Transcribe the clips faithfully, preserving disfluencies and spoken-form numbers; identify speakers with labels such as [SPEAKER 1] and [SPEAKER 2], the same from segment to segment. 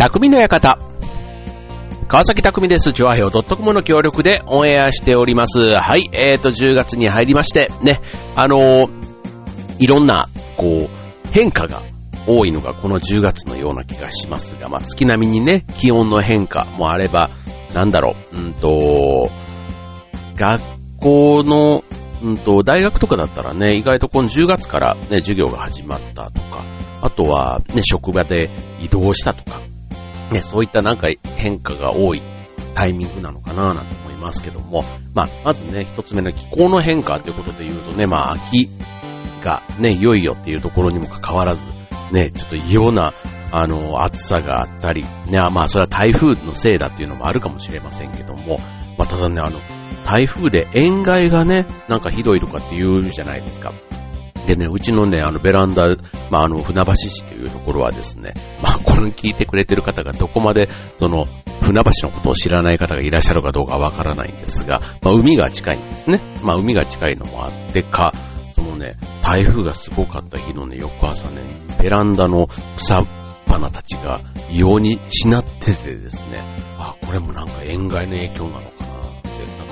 [SPEAKER 1] 匠の館。川崎匠です。チョアヘオ .com の協力でオンエアしております。はい、えーと、じゅうがつに入りまして、ね、あのー、いろんな、こう、変化が多いのがこのじゅうがつのような気がしますが、まあ、月並みにね、気温の変化もあれば、なんだろう、うんと、学校の、うんと、大学とかだったらね、意外とこのじゅうがつからね、授業が始まったとか、あとはね、職場で移動したとか、ね、そういったなんか変化が多いタイミングなのかななんて思いますけども、まあ、まずね、一つ目の気候の変化ということで言うとね、まあ、秋がね、いよいよっていうところにもかかわらず、ね、ちょっと異様な、あの、暑さがあったり、ね、まあ、それは台風のせいだっていうのもあるかもしれませんけども、まあ、ただね、あの、台風で塩害がね、なんかひどいとかって言うじゃないですか。でね、うちのね、あの、ベランダ、まあ、あの、船橋市というところはですね、まあ、この聞いてくれてる方がどこまで、その、船橋のことを知らない方がいらっしゃるかどうかわからないんですが、まあ、海が近いんですね。まあ、海が近いのもあってか、そのね、台風がすごかった日のね、翌朝ね、ベランダの草花たちが異様にしなっててですね、あ、これもなんか塩害の影響なのかなって、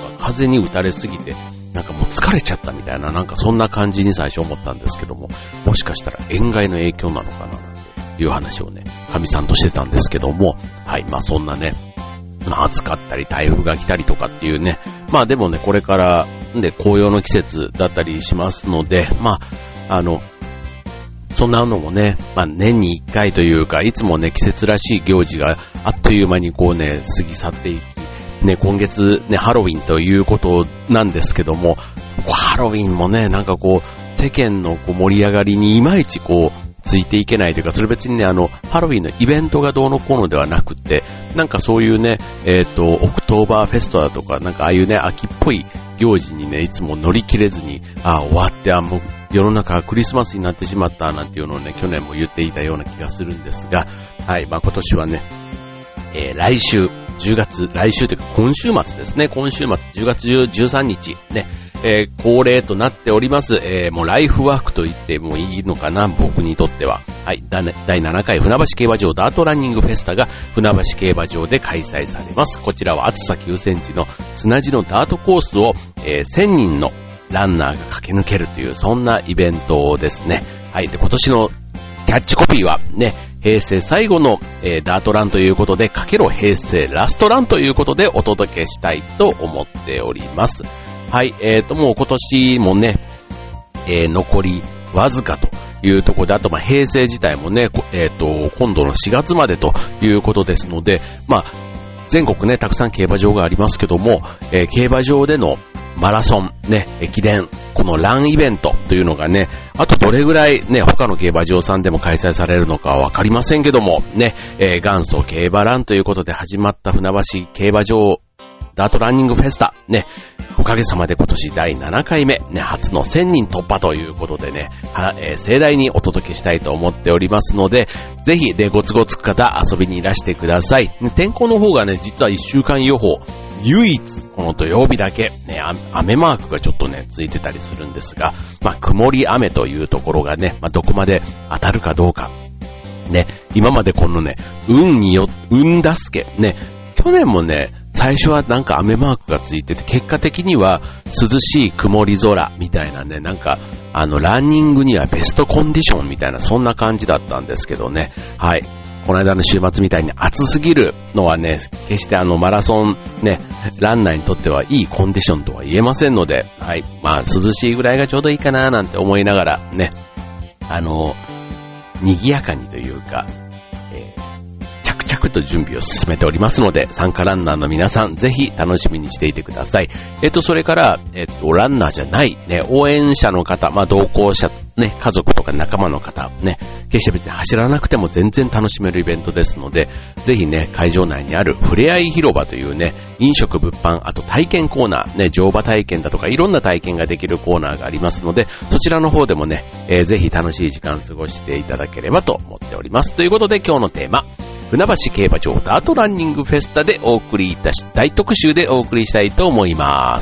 [SPEAKER 1] なんか風に打たれすぎて、なんかもう疲れちゃったみたいな、なんかそんな感じに最初思ったんですけども、もしかしたら塩害の影響なのかななんていう話をね、神さんとしてたんですけども、はい、まあそんなね、まあ暑かったり台風が来たりとかっていうね、まあでもね、これからで紅葉の季節だったりしますので、まあ、あの、そんなのもね、まあ年に一回というか、いつもね、季節らしい行事があっという間にこうね、過ぎ去っていき、ね、今月ね、ハロウィンということなんですけども、ハロウィンもね、なんかこう、世間のこう盛り上がりにいまいちこう、ついていけないというか、それ別にね、あの、ハロウィンのイベントがどうのこうのではなくて、なんかそういうね、えっと、オクトーバーフェストだとか、なんかああいうね、秋っぽい行事にね、いつも乗り切れずに、ああ、終わって、あもう世の中はクリスマスになってしまった、なんていうのをね、去年も言っていたような気がするんですが、はい、まあ今年はね、えー、来週、じゅうがつ、来週というか今週末ですね、今週末、じゅうがつじゅうさんにち、ね、えー、恒例となっております、えー、もうライフワークと言ってもいいのかな、僕にとっては。はい、だいななかい船橋競馬場ダートランニングフェスタが船橋競馬場で開催されます。こちらは厚さきゅうセンチの砂地のダートコースを、えー、せんにんのランナーが駆け抜けるという、そんなイベントですね。はい、で、今年のキャッチコピーはね、平成最後の、えー、ダートランということで、かけろ平成ラストランということでお届けしたいと思っております。はい、えーと、もう今年もね、えー、残りわずかというところで、あとまあ平成自体もね、えーと、今度のしがつまでということですので、まあ、全国ね、たくさん競馬場がありますけども、えー、競馬場でのマラソン、ね、駅伝、このランイベントというのがね、あとどれぐらいね、他の競馬場さんでも開催されるのかはわかりませんけども、ね、えー、元祖競馬ランということで始まった船橋競馬場ダートランニングフェスタ、ね、おかげさまで今年だいななかいめ、ね、初のせんにん突破ということでね、はえー、盛大にお届けしたいと思っておりますので、ぜひ、で、ごつごつ方遊びにいらしてください。ね、天候の方がね、実はいっしゅうかん予報、唯一、この土曜日だけ、ね、雨マークがちょっとね、ついてたりするんですが、まあ、曇り雨というところがね、まあ、どこまで当たるかどうか。ね、今までこのね、運によ、運助け、ね、去年もね、最初はなんか雨マークがついてて、結果的には涼しい曇り空みたいなね、なんか、あの、ランニングにはベストコンディションみたいな、そんな感じだったんですけどね。はい。この間の週末みたいに暑すぎるのはね、決してあのマラソンね、ランナーにとってはいいコンディションとは言えませんので、はい。まあ、涼しいぐらいがちょうどいいかななんて思いながらね、あの、賑やかにというか、えー着々と準備を進めておりますので、参加ランナーの皆さん、ぜひ楽しみにしていてください。えっと、それから、えっと、ランナーじゃない、ね、応援者の方、まあ、同行者、ね、家族とか仲間の方、ね、決して別に走らなくても全然楽しめるイベントですので、ぜひね、会場内にあるふれあい広場というね、飲食物販、あと体験コーナー、ね、乗馬体験だとかいろんな体験ができるコーナーがありますので、そちらの方でもね、えー、ぜひ楽しい時間過ごしていただければと思っております。ということで今日のテーマ、船橋競馬場ダートランニングフェスタでお送りいたし、大特集でお送りしたいと思います。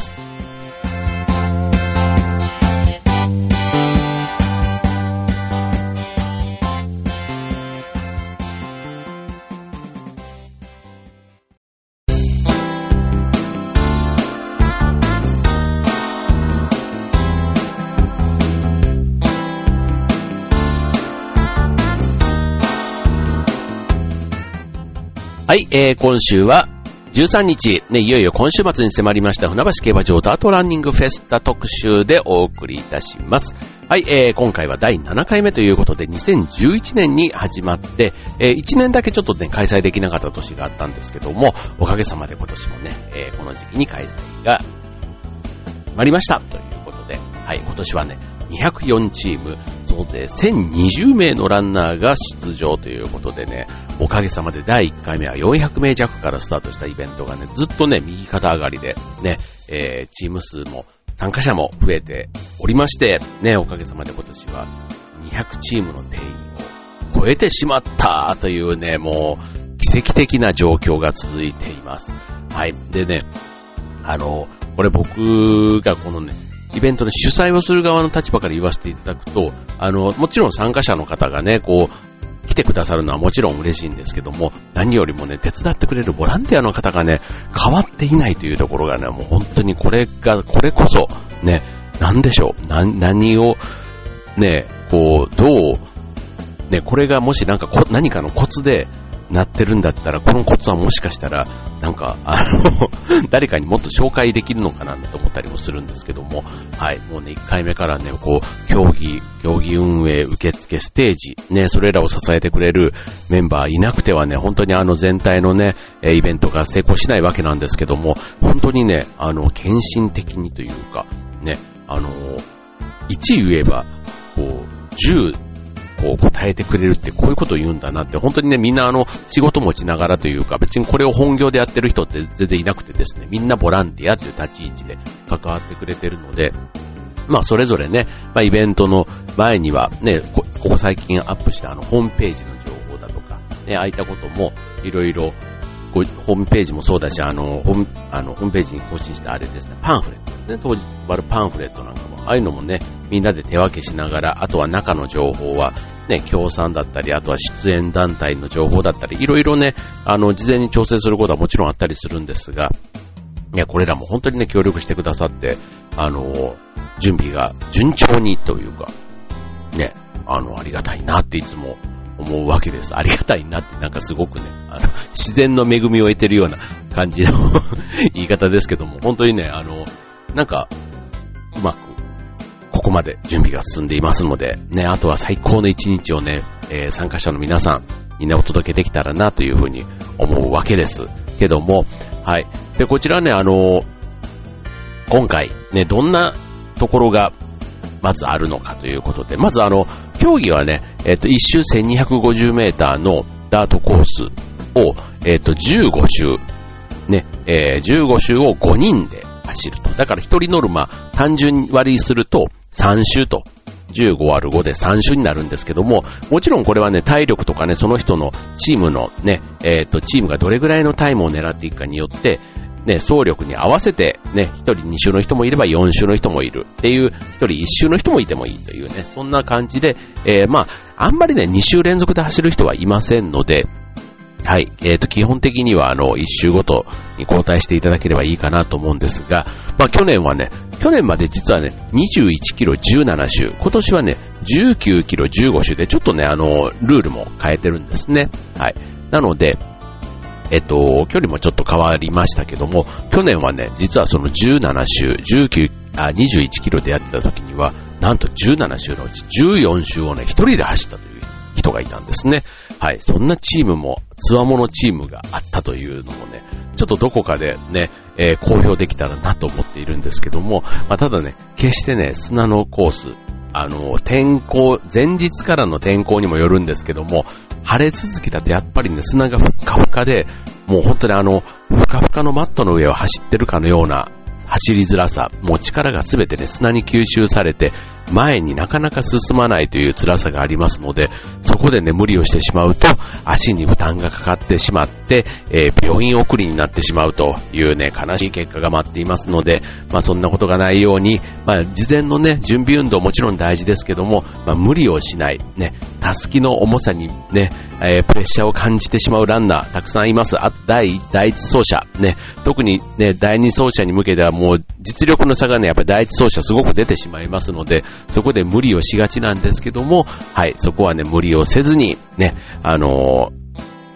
[SPEAKER 1] はい、えー、今週はじゅうさんにち、ね、いよいよ今週末に迫りました船橋競馬場ダートランニングフェスタ特集でお送りいたします。はい、えー、今回はだいななかいめということでにせんじゅういちねんに始まって、えー、いちねんだけちょっとね、開催できなかった年があったんですけども、おかげさまで今年もね、えー、この時期に開催が決まりましたということで、はい、今年はね、にひゃくよんチーム、総勢せんにじゅうめいのランナーが出場ということでね、おかげさまでだいいっかいめはよんひゃくめいじゃくからスタートしたイベントがね、ずっとね、右肩上がりで、ね、えー、チーム数も参加者も増えておりまして、ね、おかげさまで今年はにひゃくチームの定員を超えてしまったというね、もう奇跡的な状況が続いています。はい。でね、あの、これ僕がこのね、イベントの主催をする側の立場から言わせていただくと、あの、もちろん参加者の方がね、こう、来てくださるのはもちろん嬉しいんですけども、何よりもね、手伝ってくれるボランティアの方がね、変わっていないというところがね、もう本当にこれが、これこそ、ね、なんでしょう、な、何を、ね、こう、どう、ね、これがもしなんかこ、何かのコツで、なってるんだったら、このコツはもしかしたら、なんか、あの、誰かにもっと紹介できるのかなと思ったりもするんですけども、はい、もうね、いっかいめからね、こう、競技、競技運営、受付、ステージ、ね、それらを支えてくれるメンバーいなくてはね、本当にあの全体のね、イベントが成功しないわけなんですけども、本当にね、あの、献身的にというか、ね、あの、いち言えば、こう、じゅう、こう答えてくれるってこういうことを言うんだなって本当にねみんなあの仕事持ちながらというか別にこれを本業でやってる人って全然いなくてですねみんなボランティアっていう立ち位置で関わってくれてるのでまあそれぞれね、まあ、イベントの前にはね こ, ここ最近アップしたあのホームページの情報だとかねああいったこともいろいろホームページもそうだしあのホームあのホームページに更新したあれですねパンフレットですね当日配るパンフレットなんかもああいうのもねみんなで手分けしながらあとは中の情報はね協賛だったりあとは出演団体の情報だったりいろいろねあの事前に調整することはもちろんあったりするんですがいやこれらも本当にね協力してくださってあの準備が順調にというかねあのありがたいなっていつも思うわけです。ありがたいなってなんかすごくね、あの自然の恵みを得てるような感じの言い方ですけども、本当にね、あのなんかうまくここまで準備が進んでいますので、ね、あとは最高の一日をね、えー、参加者の皆さんにねお届けできたらなというふうに思うわけですけども、はい。でこちらね、あの今回ねどんなところがまずあるのかということで、まずあの、競技はね、えっと、一周せんにひゃくごじゅうメーターのダートコースを、えっと、じゅうご周、ね、えー、じゅうご周をごにんで走ると。だからひとりノルマ、単純割りするとさん周と、じゅうご割るごでさん周になるんですけども、もちろんこれはね、体力とかね、その人のチームのね、えっと、チームがどれぐらいのタイムを狙っていくかによって、ね、総力に合わせて、ね、一人に周の人もいればよん周の人もいるっていう、一人いち周の人もいてもいいというね、そんな感じで、えー、まあ、あんまりね、に周連続で走る人はいませんので、はい、えっと、基本的にはあの、いち周ごとに交代していただければいいかなと思うんですが、まあ、去年はね、去年まで実はね、にじゅういちキロじゅうなな周、今年はね、じゅうきゅうキロじゅうご周で、ちょっとね、あの、ルールも変えてるんですね。はい。なので、えっと、距離もちょっと変わりましたけども、去年はね、実はそのじゅうなな周、じゅうきゅう、あ、にじゅういちキロでやってた時には、なんとじゅうなな周のうちじゅうよん周をね、一人で走ったという人がいたんですね。はい。そんなチームも、つわものチームがあったというのもね、ちょっとどこかでね、えー、公表できたらなと思っているんですけども、まあ、ただね、決してね、砂のコース、あの、天候、前日からの天候にもよるんですけども、晴れ続きだとやっぱりね、砂がふっかふかで、もう本当にあの、ふかふかのマットの上を走ってるかのような走りづらさ、もう力がすべてね、砂に吸収されて、前になかなか進まないという辛さがありますので、そこでね、無理をしてしまうと、足に負担がかかってしまって、えー、病院送りになってしまうというね、悲しい結果が待っていますので、まあそんなことがないように、まあ事前のね、準備運動もちろん大事ですけども、まあ無理をしない、ね、たすきの重さにね、えー、プレッシャーを感じてしまうランナー、たくさんいます。あ、第、第一走者、ね、特にね、第二走者に向けてはもう実力の差がね、やっぱり第一走者すごく出てしまいますので、そこで無理をしがちなんですけども、はい、そこはね、無理をせずに、ね、あのー、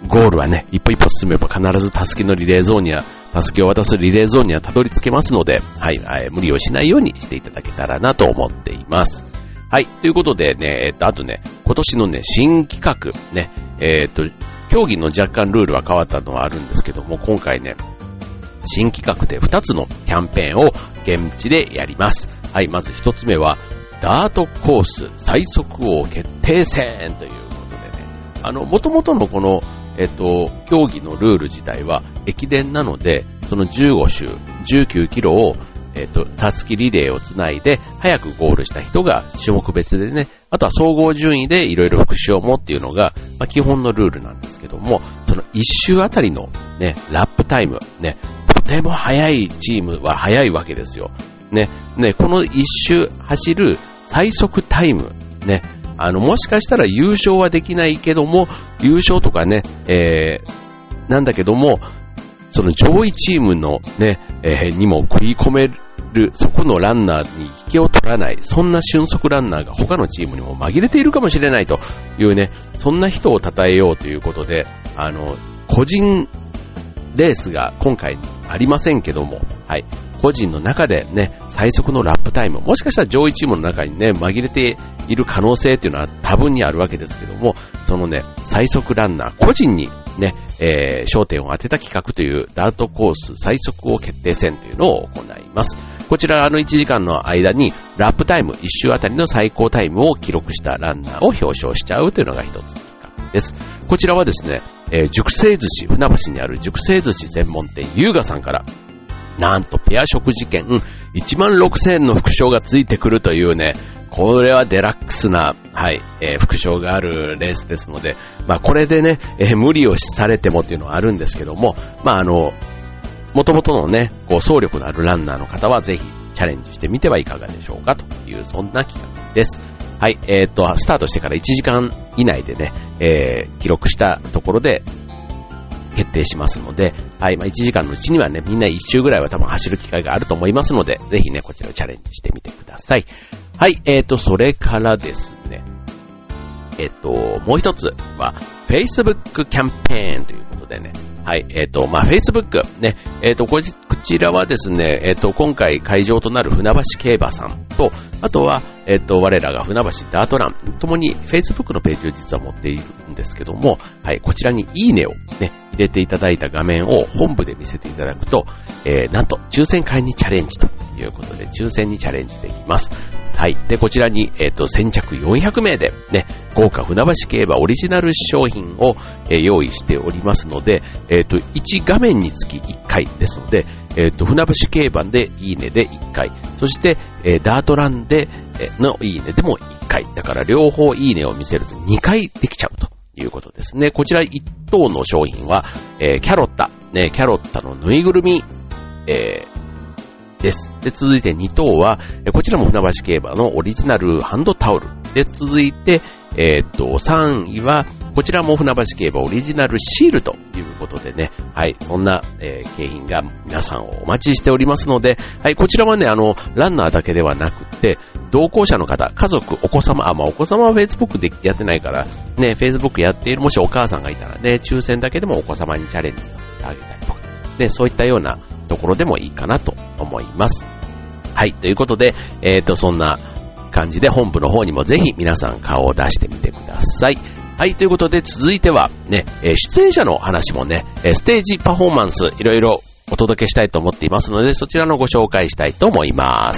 [SPEAKER 1] ゴールはね、一歩一歩進めば必ずタスキのリレーゾーンには、タスキを渡すリレーゾーンにはたどり着けますので、はい、えー、無理をしないようにしていただけたらなと思っています。はい、ということでね、えっと、あとね、今年のね、新企画、ね、えっと、競技の若干ルールは変わったのはあるんですけども、今回ね、新企画でふたつのキャンペーンを現地でやります。はい、まずひとつめは、ダートコース最速王決定戦ということでね、あの、元々のこの、えっと、競技のルール自体は駅伝なので、そのじゅうご周、じゅうきゅうキロを、えっと、たすきリレーをつないで、早くゴールした人が種目別でね、あとは総合順位でいろいろ副賞もっていうのが、まあ、基本のルールなんですけども、そのいっ周あたりのね、ラップタイム、ね、とても速いチームは速いわけですよ。ね、ね、このいっ周走る最速タイム、ね、あの、もしかしたら優勝はできないけども、優勝とかね、えー、なんだけども、その上位チームのね、えー、にも食い込める、そこのランナーに引けを取らない、そんな俊足ランナーが他のチームにも紛れているかもしれないというね、そんな人を称えようということで、あの、個人レースが今回ありませんけども、はい。個人の中でね、最速のラップタイム、もしかしたら上位チームの中にね、紛れている可能性っていうのは多分にあるわけですけども、そのね、最速ランナー、個人にね、えー、焦点を当てた企画というダートコース最速王決定戦というのを行います。こちらあのいちじかんの間にラップタイムいっ周あたりの最高タイムを記録したランナーを表彰しちゃうというのが一つ企画です。こちらはですね、えー、熟成寿司、船橋にある熟成寿司専門店優雅さんからなんとペア食事券いちまんろくせんえんの副賞がついてくるというね、これはデラックスな、はい、えー、副賞があるレースですので、まあこれでね、えー、無理をされてもっていうのはあるんですけども、まああの、元々のね、こう走力のあるランナーの方はぜひチャレンジしてみてはいかがでしょうかという、そんな企画です。はい、えー、っと、スタートしてからいちじかん以内でね、えー、記録したところで、決定しますので、はい、まあいちじかんのうちにはね、みんないっ周ぐらいは多分走る機会があると思いますので、ぜひね、こちらをチャレンジしてみてください。はい、えーと、それからですね、えっと、もう一つは、Facebook キャンペーンということでね、はい、えっと、まあ、Facebook ね、えっと、こちらはですね、えっと、今回会場となる船橋競馬さんと、あとは、えっと、我らが船橋ダートラン、ともに Facebook のページを実は持っているんですけども、はい、こちらにいいねをね、入れていただいた画面を本部で見せていただくと、えー、なんと抽選会にチャレンジということで、抽選にチャレンジできます。はい。で、こちらに、えっと、先着よんひゃくめいで、ね、豪華船橋競馬オリジナル商品を、えー、用意しておりますので、えっと、いち画面につきいっかいですので、えっと、船橋競馬でいいねでいっかい、そして、えー、ダートランで、えー、のいいねでもいっかい。だから両方いいねを見せるとにかいできちゃうということですね。こちらいっ等の商品は、えー、キャロッタ、ね、キャロッタのぬいぐるみ、えーです。で、続いてに等は、こちらも船橋競馬のオリジナルハンドタオル。で、続いて、えー、っと、さんいは、こちらも船橋競馬オリジナルシールということでね、はい、そんな、えー、景品が皆さんをお待ちしておりますので、はい、こちらはね、あの、ランナーだけではなくて、同行者の方、家族、お子様、あ、まあ、お子様は Facebook でやってないから、ね、Facebook やっている、もしお母さんがいたらね、抽選だけでもお子様にチャレンジさせてあげたりとか、で、そういったようなところでもいいかなと思います。はい、ということで、えっと、そんな感じで本部の方にもぜひ皆さん顔を出してみてください。はい、ということで続いてはね、出演者の話もね、ステージパフォーマンスいろいろお届けしたいと思っていますので、そちらのご紹介したいと思います。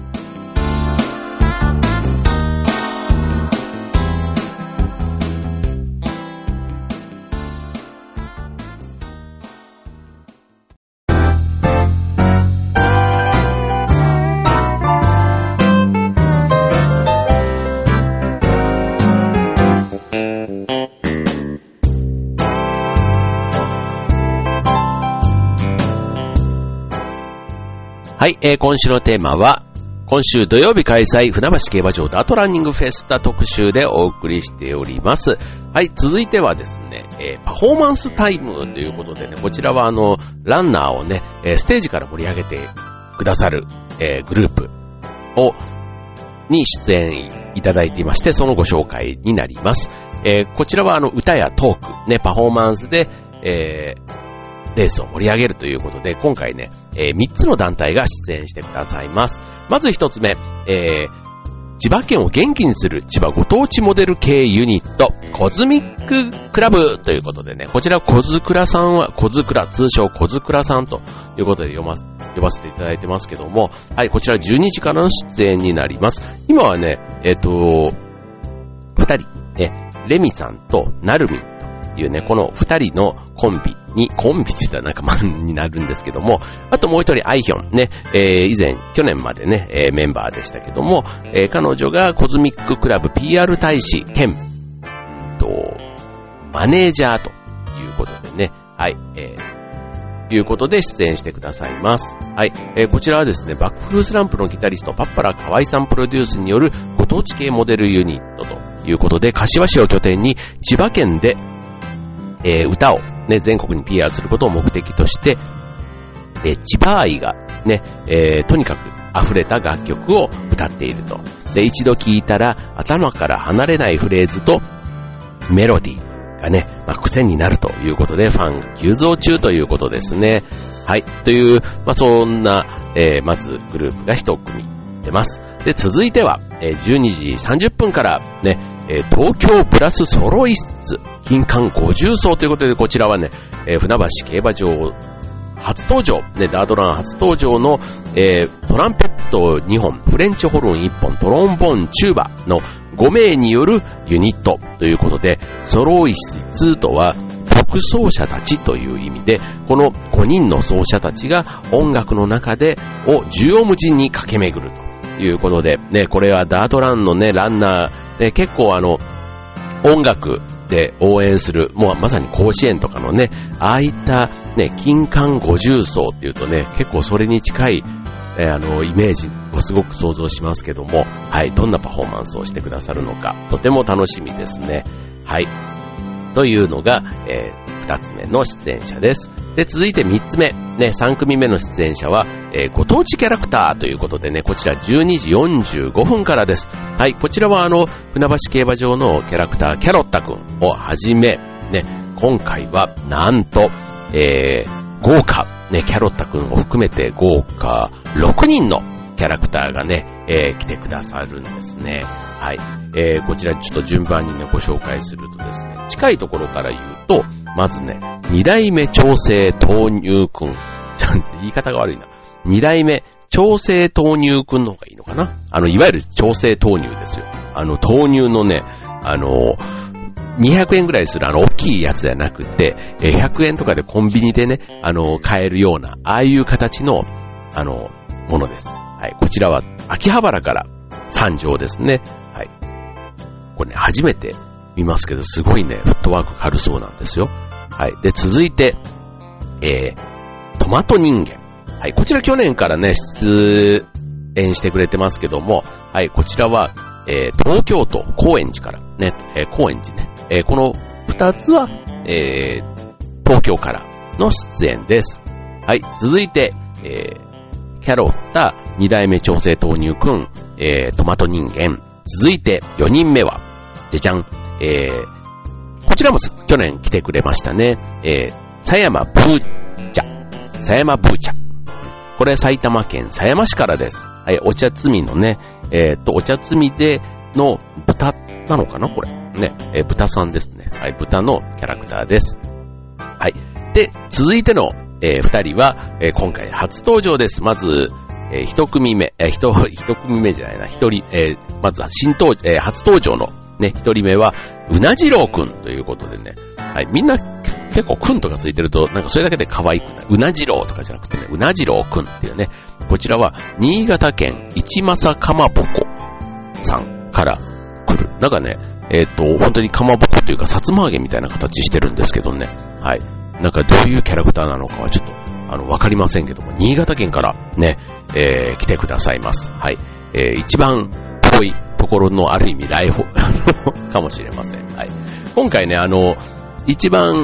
[SPEAKER 1] はい、えー、今週のテーマは、今週土曜日開催、船橋競馬場ダートランニングフェスタ特集でお送りしております。はい、続いてはですね、えー、パフォーマンスタイムということでね、こちらはあの、ランナーをね、ステージから盛り上げてくださる、えー、グループを、に出演いただいていまして、そのご紹介になります。 えー、こちらはあの歌やトーク、ね、パフォーマンスで、えー、レースを盛り上げるということで、今回ね、えー、みっつの団体が出演してくださいます。まずひとつめ、えー、千葉県を元気にする千葉ご当地モデル系ユニット、コズミッククラブということでね、こちらコズクラさんは、コズクラ、通称コズクラさんということで読ま、呼ばせていただいてますけども、はい、こちらじゅうにじからの出演になります。今はね、えっと、二人、ね、レミさんとナルミンというね、この二人のコンビに、コンビって言ったらなんかマンになるんですけども、あともう一人アイヒョンね、えー、以前、去年までね、えー、メンバーでしたけども、えー、彼女がコズミッククラブ ピーアール 大使兼、と、マネージャーということでね、はい、えー、いうことで出演してくださいます。はい、えー、こちらはですね、バックフルスランプのギタリスト、パッパラ河合さんプロデュースによるご当地系モデルユニットということで、柏市を拠点に千葉県で、えー、歌をね、全国に ピーアール することを目的として、えー、千葉愛がね、えー、とにかく溢れた楽曲を歌っていると。で、一度聴いたら頭から離れないフレーズとメロディーがね、まあ、癖になるということで、ファンが急増中ということですね。はい。という、まあ、そんな、えー、まずグループが一組出ます。で、続いては、えー、じゅうにじさんじゅっぷんからね、えー、東京プラスソロイス金環ごじゅう層ということで、こちらはね、えー、船橋競馬場初登場、ね、ダートラン初登場の、えー、トランペットにほん、フレンチホルンいっぽん、トロンボーン、チューバのごめいによるユニットということで、ソロイスとは曲奏者たちという意味で、このごにんの奏者たちが音楽の中でを縦横無尽に駆け巡るということで、ね、これはダートランのね、ランナーで結構あの、音楽で応援する、もうまさに甲子園とかのね、ああいったね、金環ごじゅう層っていうとね、結構それに近い、えー、あの、イメージをすごく想像しますけども、はい、どんなパフォーマンスをしてくださるのか、とても楽しみですね。はい。というのが、えー、二つ目の出演者です。で、続いて三つ目、ね、三組目の出演者は、えー、ご当地キャラクターということでね、こちらじゅうにじよんじゅうごふんからです。はい、こちらはあの、船橋競馬場のキャラクター、キャロッタくんをはじめ、ね、今回はなんと、えー、豪華、ね、キャロッタくんを含めて豪華ろくにんのキャラクターがね、えー、来てくださるんですね。はい。えー、こちらちょっと順番にね、ご紹介するとですね、近いところから言うと、まずね、二代目調整豆乳くん。ちゃんと言い方が悪いな。二代目調整豆乳くんの方がいいのかな。あの、いわゆる調整豆乳ですよ。あの、豆乳のね、あの、にひゃくえんぐらいするあの、大きいやつじゃなくて、ひゃくえんとかでコンビニでね、あの、買えるような、ああいう形の、あの、ものです。はい。こちらは、秋葉原から参上ですね。はい。これね、初めて見ますけど、すごいね、フットワーク軽そうなんですよ。はい。で、続いて、えー、トマト人間。はい。こちら去年からね、出演してくれてますけども、はい。こちらは、えー、東京都高円寺からね、えー、高円寺ね、えー、この二つは、えー、東京からの出演です。はい。続いて、えー、キャロッタ、二代目調整豆乳くん、えー、トマト人間。続いて、四人目は、じゃじゃん、えー、こちらも去年来てくれましたね。えー、狭山ブーチャ。狭山ブーチャ。これ埼玉県狭山市からです。はい、お茶摘みのね、えー、っと、お茶摘みでの豚なのかなこれ。ね、えー、豚さんですね。はい、豚のキャラクターです。はい。で、続いての、えー、二人は、えー、今回初登場です。まず、えー、一組目、えー、一、一組目じゃないな、一人、えー、まずは新登場、えー、初登場のね、一人目は、うなじろうくんということでね、はい、みんな結構くんとかついてると、なんかそれだけで可愛くない。うなじろうとかじゃなくてね、うなじろうくんっていうね、こちらは、新潟県一政かまぼこさんから来る。なんかね、えっと、本当にかまぼこというか、さつま揚げみたいな形してるんですけどね、はい。なんかどういうキャラクターなのかはちょっと、あの、わかりませんけども、新潟県からね、えー、来てくださいます。はい。えー、一番遠いところのある意味ライフかもしれません。はい。今回ね、あの、一番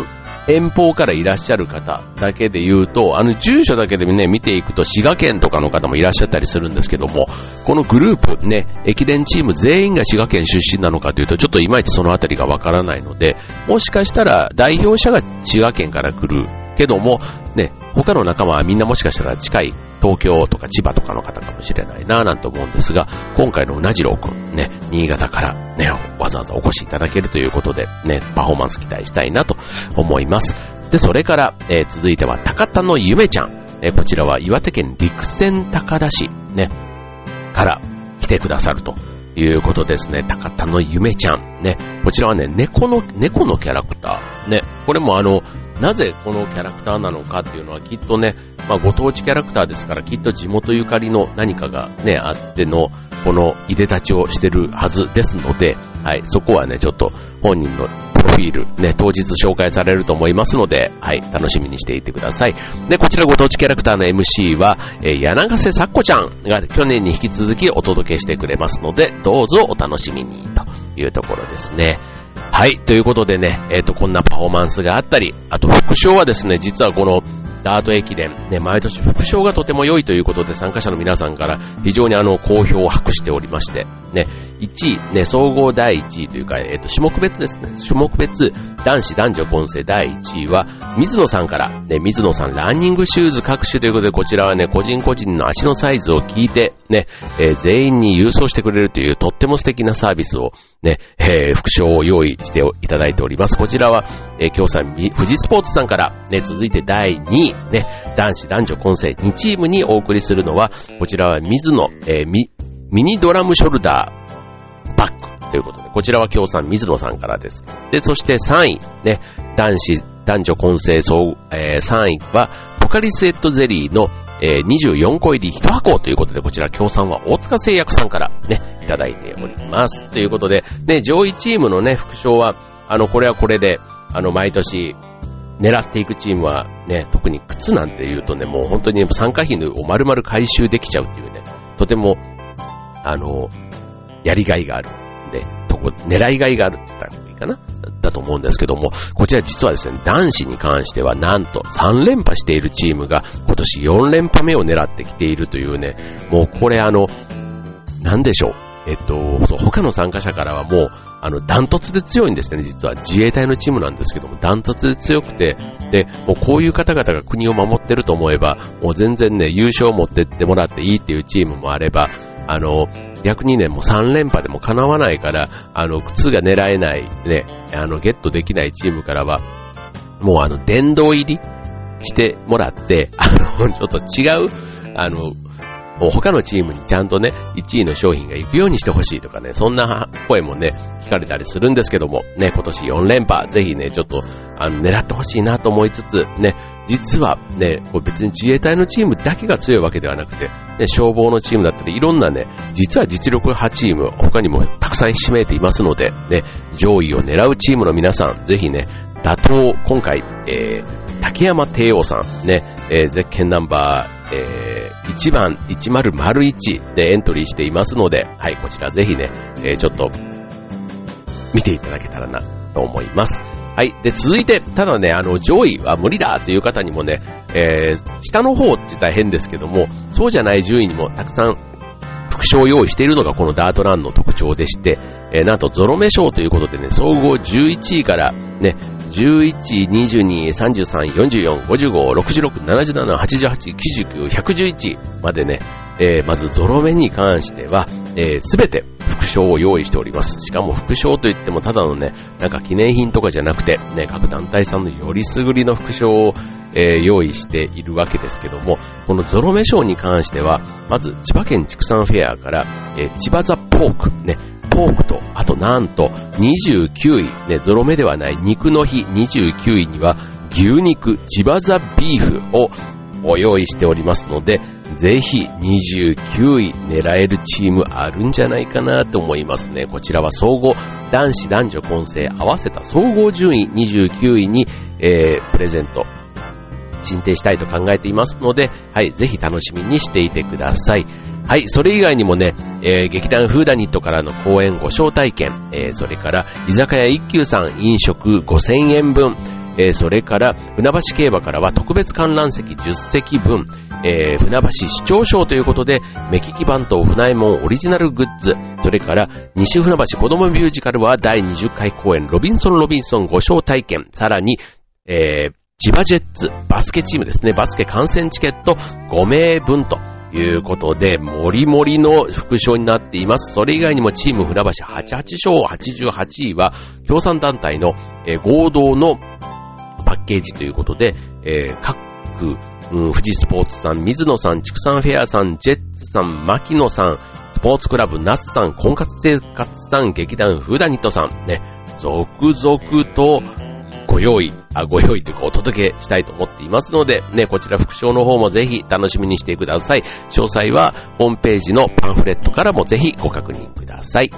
[SPEAKER 1] 遠方からいらっしゃる方だけで言うと、あの住所だけでね、見ていくと滋賀県とかの方もいらっしゃったりするんですけども、このグループね、駅伝チーム全員が滋賀県出身なのかというと、ちょっといまいちそのあたりがわからないので、もしかしたら代表者が滋賀県から来るけども、ね、他の仲間はみんなもしかしたら近い東京とか千葉とかの方かもしれないなぁなんて思うんですが、今回のうなじろうくんね、新潟からね、わざわざお越しいただけるということでね、パフォーマンス期待したいなと思います。で、それから、えー、続いては高田のゆめちゃん、えー、こちらは岩手県陸前高田市ね、から来てくださるということですね。高田のゆめちゃんね、こちらはね、猫の、猫のキャラクターね、これもあの、なぜこのキャラクターなのかっていうのはきっとね、まあご当地キャラクターですからきっと地元ゆかりの何かがね、あってのこのいでたちをしてるはずですので、はい、そこはね、ちょっと本人のプロフィールね、当日紹介されると思いますので、はい、楽しみにしていてください。で、こちらご当地キャラクターの エムシー は、えー、柳瀬さっこちゃんが去年に引き続きお届けしてくれますので、どうぞお楽しみにというところですね。はい。ということでね、えっと、こんなパフォーマンスがあったり、あと副賞はですね、実はこのダート駅伝、ね、毎年副賞がとても良いということで参加者の皆さんから非常にあの、好評を博しておりまして、ね、いちい、ね、総合だいいちいというか、えっと、種目別ですね。種目別、男子男女混成だいいちいは、水野さんから、ね、水野さんランニングシューズ各種ということで、こちらはね、個人個人の足のサイズを聞いて、ね、えー、全員に郵送してくれるという、とっても素敵なサービスを、ね、えー、副賞を用意していただいております。こちらは、えー、京さん、富士スポーツさんから、ね、続いてだいにい、ね、男子男女混成にチームにお送りするのは、こちらは水野、えー、ミ、ミニドラムショルダー、バッグということで、こちらは京さん水野さんからです。で、そしてさんい、ね、男子男女混成総、えー、さんいはポカリスエットゼリーの、えー、にじゅうよんこ入りいち箱ということで、こちら京さんは大塚製薬さんからね、いただいております。ということで、ね、上位チームのね、副賞は、あの、これはこれで、あの、毎年、狙っていくチームはね、特に靴なんて言うとね、もう本当に参加費を丸々回収できちゃうっていうね、とても、あの、やりがいがある。で、とこ、狙いがいがあるって言ったらいいかなだと思うんですけども、こちら実はですね、男子に関してはなんとさん連覇しているチームが今年よん連覇目を狙ってきているというね、もうこれあの、なんでしょう。えっと、他の参加者からはもう、あの、ダントツで強いんですね、実は。自衛隊のチームなんですけども、ダントツで強くて、で、もうこういう方々が国を守ってると思えば、もう全然ね、優勝を持ってってもらっていいっていうチームもあれば、あの、逆にね、もうさん連覇でも叶わないから、あの、靴が狙えない、ね、あの、ゲットできないチームからは、もうあの、殿堂入りしてもらって、あの、ちょっと違う、あの、他のチームにちゃんとね、いちいの商品が行くようにしてほしいとかね、そんな声もね、聞かれたりするんですけども、ね、今年よん連覇、ぜひね、ちょっと、あの、狙ってほしいなと思いつつ、ね、実はね、別に自衛隊のチームだけが強いわけではなくて、ね、消防のチームだったり、いろんなね、実は実力派チーム、他にもたくさんひしめいていますので、ね、上位を狙うチームの皆さん、ぜひね、打倒、今回、えー、竹山帝王さん、ね、えー、ゼッケンナンバー、えー、いちばんいちまるまるいちでエントリーしていますので、はい、こちらぜひね、えー、ちょっと見ていただけたらなと思います。はい。で、続いて、ただね、あの、上位は無理だという方にもね、えー、下の方って言ったら変ですけども、そうじゃない順位にもたくさん副賞を用意しているのがこのダートランの特徴でして、えー、なんとゾロ目賞ということでね、総合じゅういちいからね、じゅういちい、にじゅうに、さんじゅうさん、よんじゅうよん、ごじゅうご、ろくじゅうろく、ななじゅうなな、はちじゅうはち、きゅうじゅうきゅう、ひゃくじゅういちまでね、えー、まずゾロ目に関しては、えー、すべて副賞を用意しております。しかも副賞といってもただのね、なんか記念品とかじゃなくて、ね、各団体さんのよりすぐりの副賞を、えー、用意しているわけですけども、このゾロ目賞に関しては、まず千葉県畜産フェアから、えー、千葉ザポーク、ね、ポークと、あとなんとにじゅうきゅうい、ね、ゾロ目ではない肉の日にじゅうきゅういには牛肉、千葉ザビーフをご用意しておりますので、ぜひにじゅうきゅうい狙えるチームあるんじゃないかなと思いますね。こちらは総合、男子男女混成合わせた総合順位にじゅうきゅういに、えー、プレゼント、進呈したいと考えていますので、はい、ぜひ楽しみにしていてください。はい、それ以外にもね、えー、劇団フーダニットからの公演ご招待券、えー、それから居酒屋一休さん飲食ごせんえんぶん、 えー、それから船橋競馬からは特別観覧席じゅっせきぶん、えー、船橋市長賞ということで目利き番頭船右衛門オリジナルグッズ、それから西船橋子供ミュージカルはだいにじゅっかい公演ロビンソンロビンソンご招待券、さらに、えー、千葉ジェッツバスケチームですね、バスケ観戦チケットごめいぶんということで、もりもりの副賞になっています。それ以外にもチーム船橋はちじゅうはち賞はちじゅうはちいは協賛団体の、えー、合同のパッケージということで、えー、各、うん、富士スポーツさん、水野さん、畜産フェアさん、ジェッツさん、牧野さん、スポーツクラブナスさん、婚活生活さん、劇団フーダニットさん、ね、続々とご用意、あ、ご用意というかお届けしたいと思っていますので、ね、こちら副賞の方もぜひ楽しみにしてください。詳細はホームページのパンフレットからもぜひご確認ください。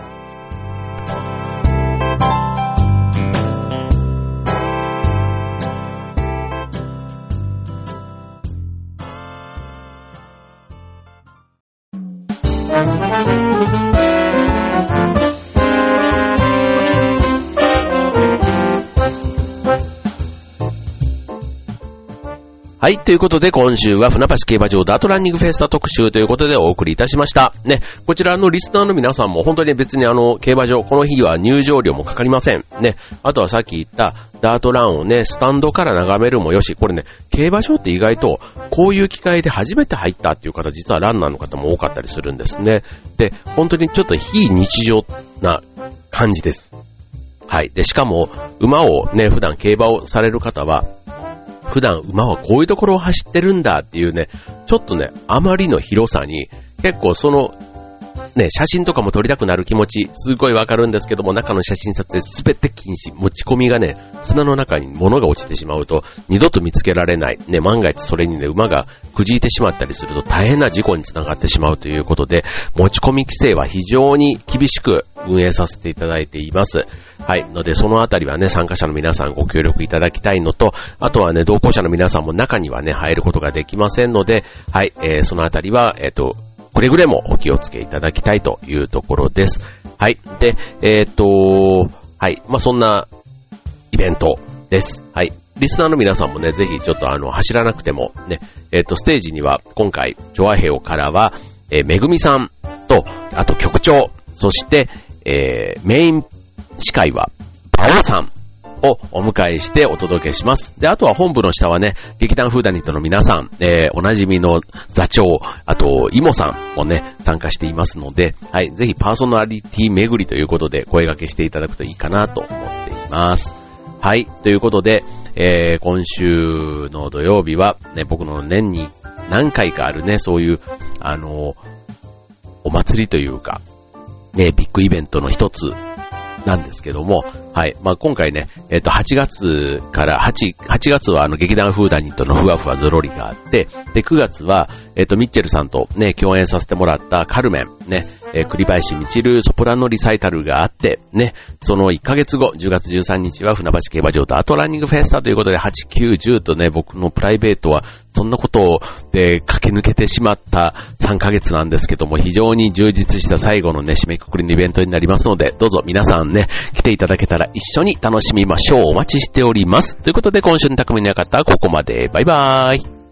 [SPEAKER 1] はい。ということで、今週は船橋競馬場ダートランニングフェスタ特集ということでお送りいたしました。ね。こちらのリスナーの皆さんも本当に別にあの、競馬場、この日は入場料もかかりません。ね。あとはさっき言ったダートランをね、スタンドから眺めるもよし、これね、競馬場って意外とこういう機会で初めて入ったっていう方、実はランナーの方も多かったりするんですね。で、本当にちょっと非日常な感じです。はい。で、しかも、馬をね、普段競馬をされる方は、普段馬はこういうところを走ってるんだっていうね、ちょっとね、あまりの広さに、結構その、ね、写真とかも撮りたくなる気持ち、すごいわかるんですけども、中の写真撮影すべて禁止。持ち込みがね、砂の中に物が落ちてしまうと、二度と見つけられない。ね、万が一それにね、馬がくじいてしまったりすると大変な事故につながってしまうということで、持ち込み規制は非常に厳しく運営させていただいています。はい。ので、そのあたりはね、参加者の皆さんご協力いただきたいのと、あとはね、同行者の皆さんも中にはね、入ることができませんので、はい、えー、そのあたりは、えっと、くれぐれもお気をつけいただきたいというところです。はい。で、えっと、はい。まあ、そんなイベントです。はい。リスナーの皆さんもね、ぜひちょっとあの、走らなくてもね、えっと、ステージには今回、ジョアヘオからは、えー、めぐみさんと、あと局長、そして、えー、メイン司会は、バオさんをお迎えしてお届けします。で、あとは本部の下はね、劇団フーダニットの皆さん、えー、おなじみの座長、あと、イモさんもね、参加していますので、はい、ぜひパーソナリティ巡りということで声掛けしていただくといいかなと思っています。はい、ということで、えー、今週の土曜日は、ね、僕の年に何回かあるね、そういう、あの、お祭りというか、ね、ビッグイベントの一つ、なんですけども、はい。まあ、今回ね、えっと、はちがつから8、はちがつはあの劇団フーダニットのふわふわゾロリがあって、で、くがつは、えっと、ミッチェルさんとね、共演させてもらったカルメン、ね、えー、栗林みちるソプラノリサイタルがあって、ね、そのいっかげつご、じゅうがつじゅうさんにちは船橋競馬場ダートランニングフェスタということで、はち、きゅう、じゅうとね、僕のプライベートは、そんなことで駆け抜けてしまったさんかげつなんですけども、非常に充実した最後のね、締めくくりのイベントになりますので、どうぞ皆さんね、来ていただけたら一緒に楽しみましょう。お待ちしております。ということで、今週の匠の館はここまで。バイバーイ。